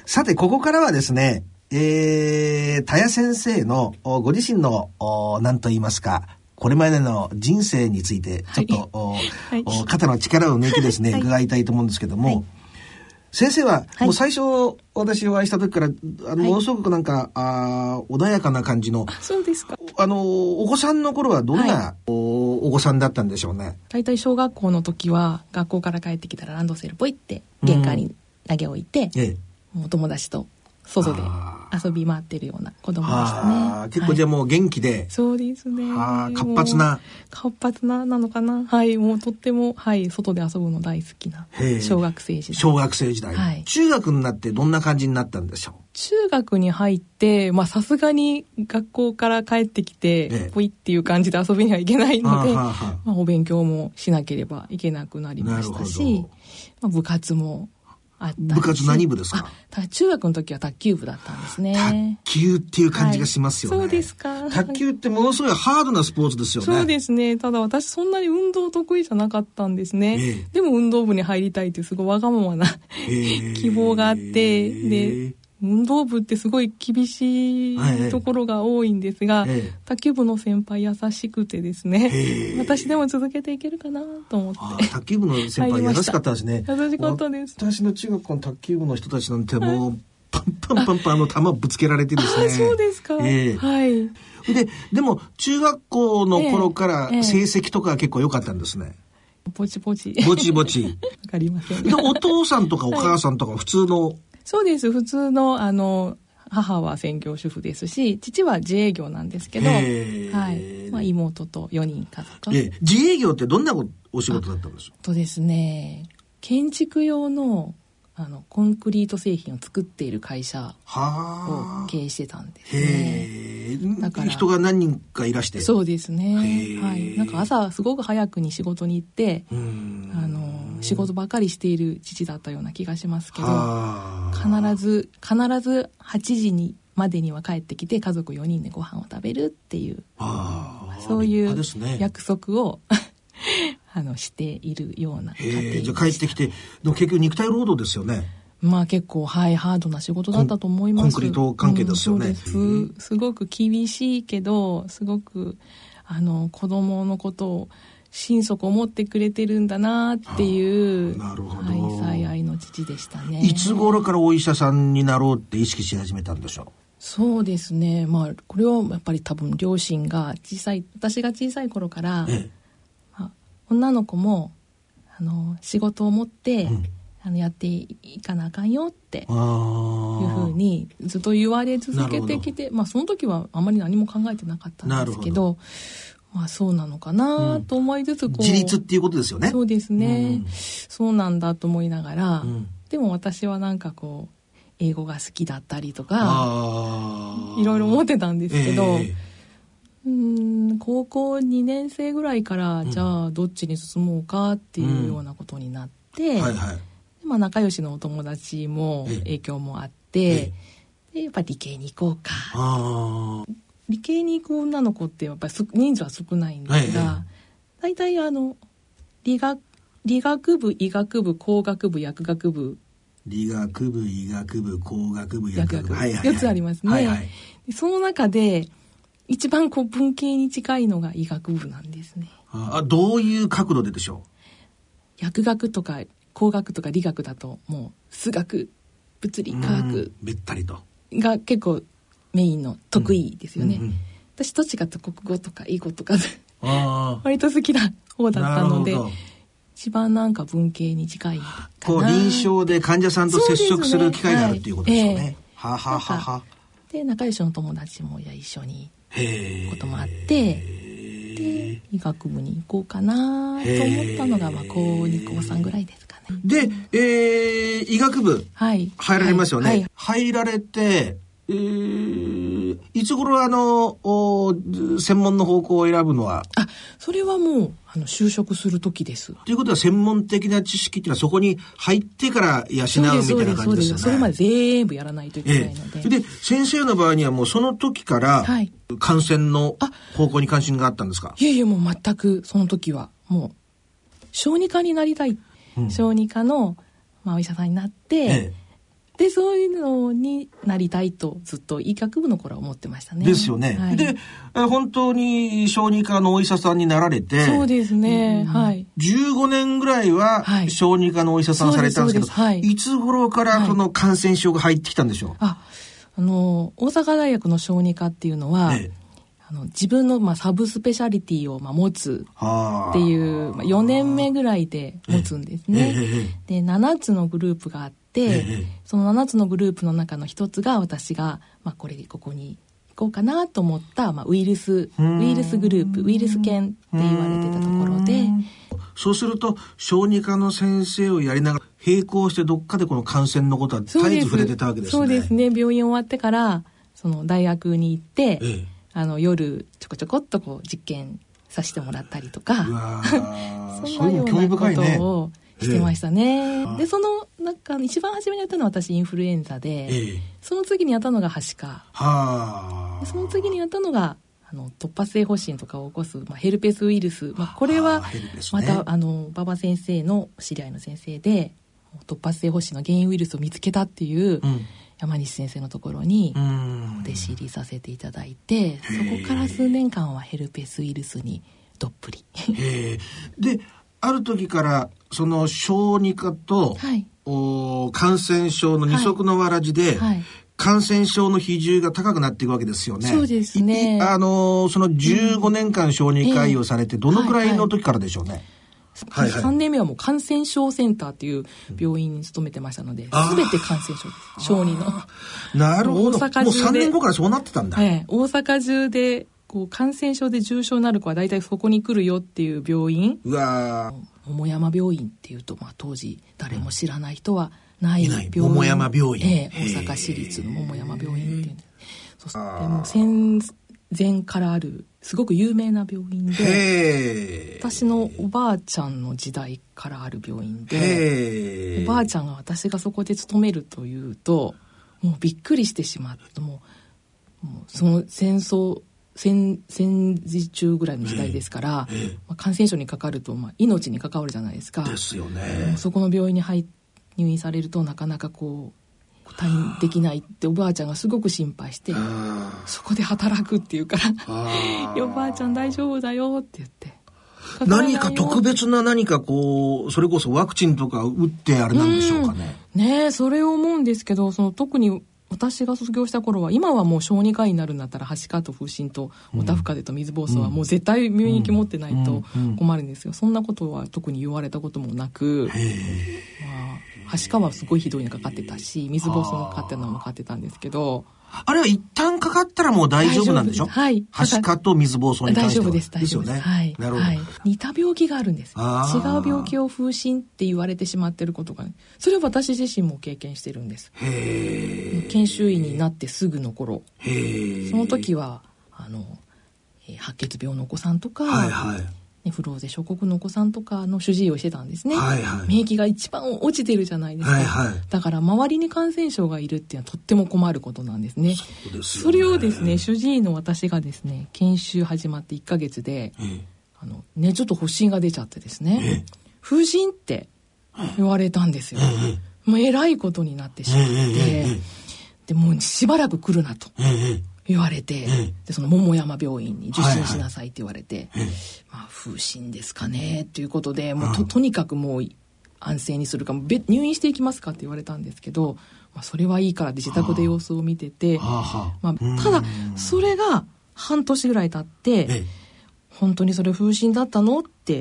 さてここからはですね、田谷先生のご自身の何と言いますか、これまでの人生についてちょっと、肩の力を抜いてですね、伺いたいと思うんですけども、先生はもう最初私お会いした時からものすごくなんか穏やかな感じの。 そうですか。 お子さんの頃はどんな、お子さんだったんでしょうね。 大体小学校の時は学校から帰ってきたらランドセルポイって玄関に投げ置いて、もう友達と外で遊び回ってるような子供でしたね。 結構じゃあもう元気で、 そうですね。 活発ななのかな。もうとっても外で遊ぶの大好きな小学生時代。 小学生時代、中学になってどんな感じになったんでしょう。 中学に入ってさすがに学校から帰ってきてポイっていう感じで遊びにはいけないので、お勉強もしなければいけなくなりましたし、部活もあったし。 部活何部ですか。 中学の時は卓球部だったんですね。 卓球っていう感じがしますよね。 そうですか。 卓球ってものすごいハードなスポーツですよね。 そうですね。ただ私そんなに運動得意じゃなかったんですね。でも運動部に入りたいっていうすごいわがままな希望があって、で運動部ってすごい厳しいところが多いんですが、卓球部の先輩優しくてですね、私でも続けていけるかなと思って。 卓球部の先輩優しかったですね。 優しかったです。 私の中学校の卓球部の人たちなんてもう、パンパン球ぶつけられてですね。 そうですか。 でも中学校の頃から成績とかは結構良かったんですね。 ぼちぼち。 ぼちぼち。 わかりません。 でお父さんとかお母さんとか普通の、 そうです。普通の母は専業主婦ですし、父は自営業なんですけど、妹と4人家族。 自営業ってどんなお仕事だったんですか。 ですね、建築用のコンクリート製品を作っている会社を経営してたんですね。 だから人が何人かいらして。 そうですね。なんか朝すごく早くに仕事に行って、仕事ばかりしている父だったような気がしますけど、必ず8時にまでには帰ってきて家族4人でご飯を食べるっていう、そういう約束をしているような家庭でした。 じゃあ帰ってきて、でも結局肉体労働ですよね。 結構ハードな仕事だったと思います。 コンクリート関係ですよね。 そうです。すごく厳しいけど、すごく子供のことを心底思ってくれてるんだなっていう、最愛の父でしたね。 いつ頃からお医者さんになろうって意識し始めたんでしょう。 そうですね。これはやっぱり多分両親が私が小さい頃から、女の子も仕事を持って、やっていかなあかんよっていうふうにずっと言われ続けてきて、その時はあまり何も考えてなかったんですけど、そうなのかなと思いつつ、 自立っていうことですよね。 そうですね、そうなんだと思いながら、でも私はなんか英語が好きだったりとかいろいろ思ってたんですけど、高校2年生ぐらいから、じゃあどっちに進もうかっていうようなことになって、仲良しのお友達も影響もあって、でやっぱり理系に行こうか。理系に行く女の子ってやっぱり人数は少ないんですが、大体理学部、医学部、工学部、薬学部、 理学部、医学部、工学部、薬学部、 4つありますね。その中で一番文系に近いのが医学部なんですね。 どういう角度ででしょう。薬学とか工学とか理学だともう数学、物理、科学べったりとが結構メインの得意ですよね。私どっちかと国語とか英語とか割と好きな方だったので、一番なんか文系に近いかな。 臨床で患者さんと接触する機会があるっていうことですよね。 で仲良しの友達も一緒に行くこともあって、で医学部に行こうかなと思ったのが高2高3ぐらいですかね。 で、医学部入られますよね。入られていつ頃専門の方向を選ぶのは。 それはもう就職する時です。 ということは専門的な知識っていうのはそこに入ってから養うみたいな感じですよね。 それまで全部やらないといけないので。 で先生の場合にはもうその時から感染の方向に関心があったんですか。 いやもう全くその時はもう小児科になりたい、小児科のお医者さんになって、 でそういうのになりたいとずっと医学部の頃は思ってましたね。 ですよね、はい、で本当に小児科のお医者さんになられて、 そうですね、はい、 15年ぐらいは小児科のお医者さんされたんですけど、はい、いつ頃からその感染症が入ってきたんでしょう。 大阪大学の小児科っていうのは、自分のサブスペシャリティを持つっていう4年目ぐらいで持つんですね。で7つのグループがあって、その7つのグループの中の一つが私が、ここに行こうかなと思った、ウイルスグループ、ウイルス犬って言われてたところで、 そうすると小児科の先生をやりながら並行してどっかでこの感染のことは絶えず触れてたわけですね。 そうですね。病院終わってからその大学に行って、夜ちょこちょこっと実験させてもらったりとかそんなようなことをしてましたね。でその一番初めにやったのは私インフルエンザで、その次にやったのがはしか、でその次にやったのが突発性発疹とかを起こす、ヘルペスウイルス、これはまた馬場先生の知り合いの先生で突発性発疹の原因ウイルスを見つけたっていう、山西先生のところにお弟子入りさせていただいて、そこから数年間はヘルペスウイルスにどっぷりである時からその小児科と、感染症の二足のわらじで、感染症の比重が高くなっていくわけですよね。 そうですね。 その15年間小児科医をされてどのくらいの時からでしょうね。 3年目はもう感染症センターっていう病院に勤めてましたので、全て感染症です。小児の。 なるほど。大阪中でもう3年後からそうなってたんだ。 大阪中で感染症で重症になる子は大体そこに来るよっていう病院。桃山病院っていうと、当時誰も知らない人はない病院。 桃山病院。 大阪市立の桃山病院っていう。そしてもう戦前からあるすごく有名な病院で、私のおばあちゃんの時代からある病院で、おばあちゃんが私がそこで勤めるというともうびっくりしてしまって、もうその戦時中ぐらいの時代ですから、感染症にかかると、命に関わるじゃないですか。 ですよね。 そこの病院に入院されるとなかなか退院できないっておばあちゃんがすごく心配して、そこで働くっていうからいやおばあちゃん大丈夫だよって言って、 何か特別なそれこそワクチンとか打ってあれなんでしょうかね。 ねえ、それを思うんですけど、特に私が卒業した頃は、今はもう小児科医になるんだったらはしかと風疹とおたふかぜと水疱瘡はもう絶対免疫持ってないと困るんですよ。そんなことは特に言われたこともなく、はしかはすごいひどいのかかってたし、水疱瘡のかかってるのもかかってたんですけど、 あれは一旦かかったらもう大丈夫なんでしょ。はしかと水疱瘡に関しては大丈夫です。ですよね。なるほど。似た病気があるんです。違う病気を風疹って言われてしまってることが、それは私自身も経験してるんです。研修医になってすぐの頃、その時は白血病のお子さんとか、ネフローゼ症候群のお子さんとかの主治医をしてたんですね。免疫が一番落ちてるじゃないですか。だから周りに感染症がいるっていうのはとっても困ることなんですね。それをですね、主治医の私がですね、研修始まって1ヶ月で、ちょっと発疹が出ちゃってですね、風疹って言われたんですよ。もうえらいことになってしまって、でもうしばらく来るなと。言われて、でその桃山病院に受診しなさいって言われて、風疹ですかねっていうことで、もう とにかくもう安静にするか、入院していきますかって言われたんですけど、それはいいからで自宅で様子を見てて、ただそれが半年ぐらい経って、本当にそれ風疹だったのって、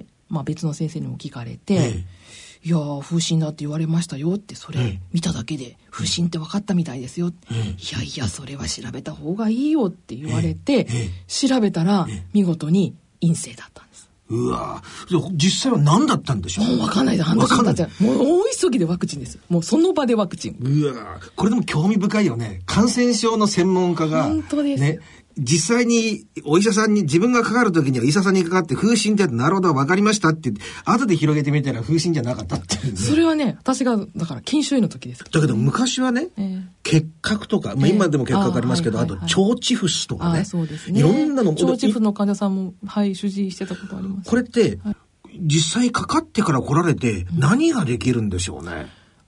別の先生にも聞かれて、いや風疹だって言われましたよって、それ見ただけで風疹って分かったみたいですよ、いやそれは調べた方がいいよって言われて、調べたら見事に陰性だったんです。 うわ、実際は何だったんでしょう。 もう分かんないで、半年経っちゃう。もう大急ぎでワクチンです。もうその場でワクチン。 うわ、これでも興味深いよね。感染症の専門家が本当です、 実際にお医者さんに自分がかかるときには医者さんにかかって風疹ってなるほど分かりましたって後で広げてみたら風疹じゃなかったっていう、ね、 それはね、私がだから研修医の時です。 だけど昔はね、結核とか、今でも結核ありますけど、あと腸チフスとかね、 そうですね、 いろんなの腸チフスの患者さんも主治医してたことあります。 これって、実際かかってから来られて何ができるんでしょうね。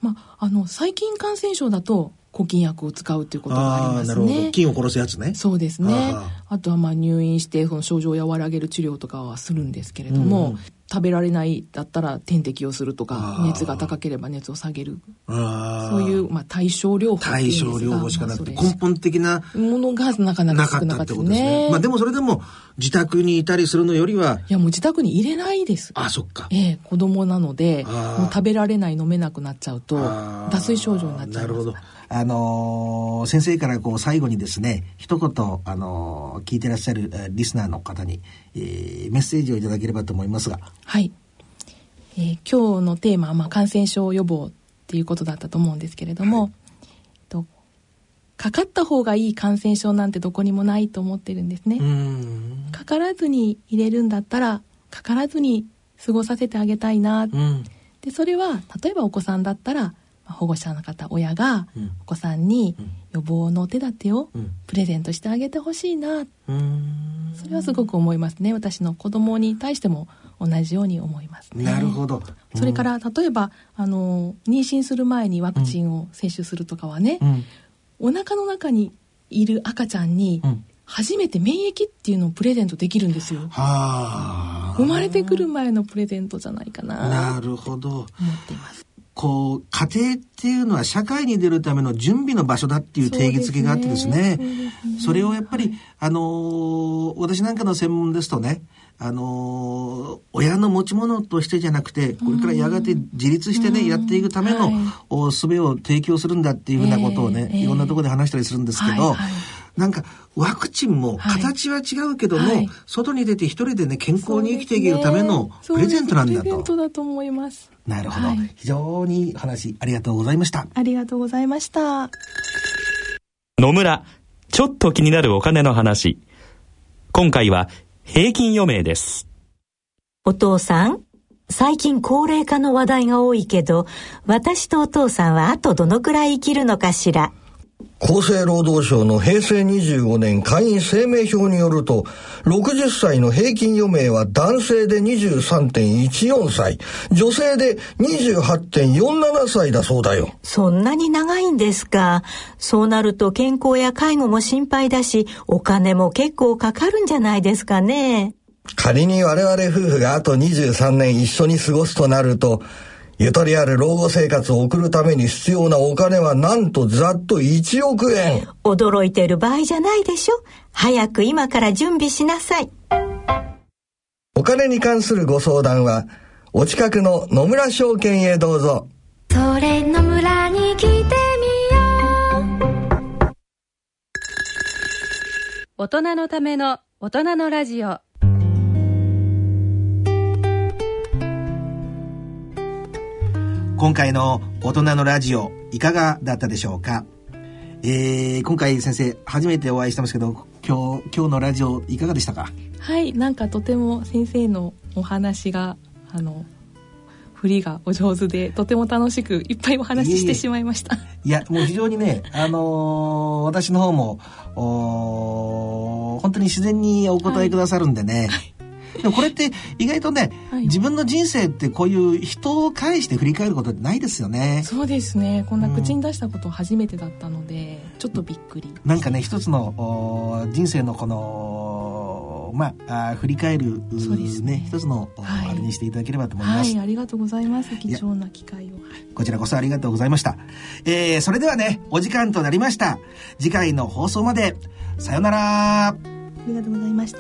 細菌感染症だと抗菌薬を使うということがありますね。 なるほど。菌を殺すやつね。 そうですね。あとは入院してその症状を和らげる治療とかはするんですけれども、食べられないだったら点滴をするとか、熱が高ければ熱を下げる、そういう、対症療法っていうんですが、 対症療法しかなくて、根本的なものがなかなか少なかったですね。 でもそれでも自宅にいたりするのよりは、 いやもう自宅に入れないです。 そっか。 子供なのでもう食べられない、飲めなくなっちゃうと脱水症状になっちゃいます。なるほど。 先生から最後にですね、一言聞いてらっしゃるリスナーの方に、メッセージをいただければと思いますが。 はい。今日のテーマは、感染症予防っていうことだったと思うんですけれども、かかった方がいい感染症なんてどこにもないと思ってるんですね。かからずに入れるんだったらかからずに過ごさせてあげたいな、でそれは例えばお子さんだったら保護者の方、親がお子さんに予防の手立てをプレゼントしてあげてほしいな、それはすごく思いますね。私の子供に対しても同じように思いますね。 なるほど。 それから例えば妊娠する前にワクチンを接種するとかはね、お腹の中にいる赤ちゃんに初めて免疫っていうのをプレゼントできるんですよ。生まれてくる前のプレゼントじゃないかな。 なるほど。 思っています。 家庭っていうのは社会に出るための準備の場所だっていう定義付けがあってですね。それをやっぱり、私なんかの専門ですとね、親の持ち物としてじゃなくて、これからやがて自立してね、やっていくための術を提供するんだっていうふうなことをね、いろんなところで話したりするんですけど、なんかワクチンも形は違うけども、外に出て一人でね、健康に生きていけるためのプレゼントなんだと。 プレゼントだと思います。 なるほど。非常に話ありがとうございました。 ありがとうございました。 野村、ちょっと気になるお金の話。今回は平均余命です。 お父さん、最近高齢化の話題が多いけど、私とお父さんはあとどのくらい生きるのかしら。 厚生労働省の平成25年会員生命表によると、60歳の平均余命は男性で 23.14 歳、女性で 28.47 歳だそうだよ。 そんなに長いんですか。そうなると健康や介護も心配だし、お金も結構かかるんじゃないですかね。 仮に我々夫婦があと23年一緒に過ごすとなると、ゆとりある老後生活を送るために必要なお金はなんとざっと1億円。 驚いてる場合じゃないでしょ。早く今から準備しなさい。 お金に関するご相談はお近くの野村証券へどうぞ。 それ野村に来てみよう。 大人のための大人のラジオ。 今回の大人のラジオいかがだったでしょうか。今回先生初めてお会いしてますけど、今日のラジオいかがでしたか。 はい、なんかとても先生のお話が振りがお上手で、とても楽しくいっぱいお話ししてしまいました。 いやもう非常にね、私の方も本当に自然にお答えくださるんでね、でもこれって意外とね、自分の人生ってこういう人を介して振り返ることってないですよね。 そうですね。こんな口に出したこと初めてだったので、ちょっとびっくり。 なんかね、一つの人生のこの振り返るね、一つのあれにしていただければと思います。 はい、ありがとうございます。貴重な機会を。 こちらこそありがとうございました。それではね、お時間となりました。次回の放送までさよなら。 ありがとうございました。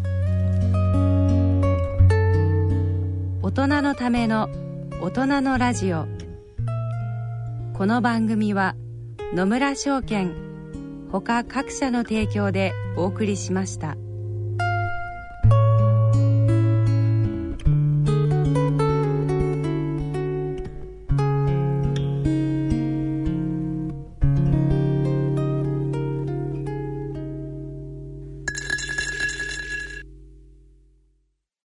大人のための大人のラジオ。この番組は野村証券ほか各社の提供でお送りしました。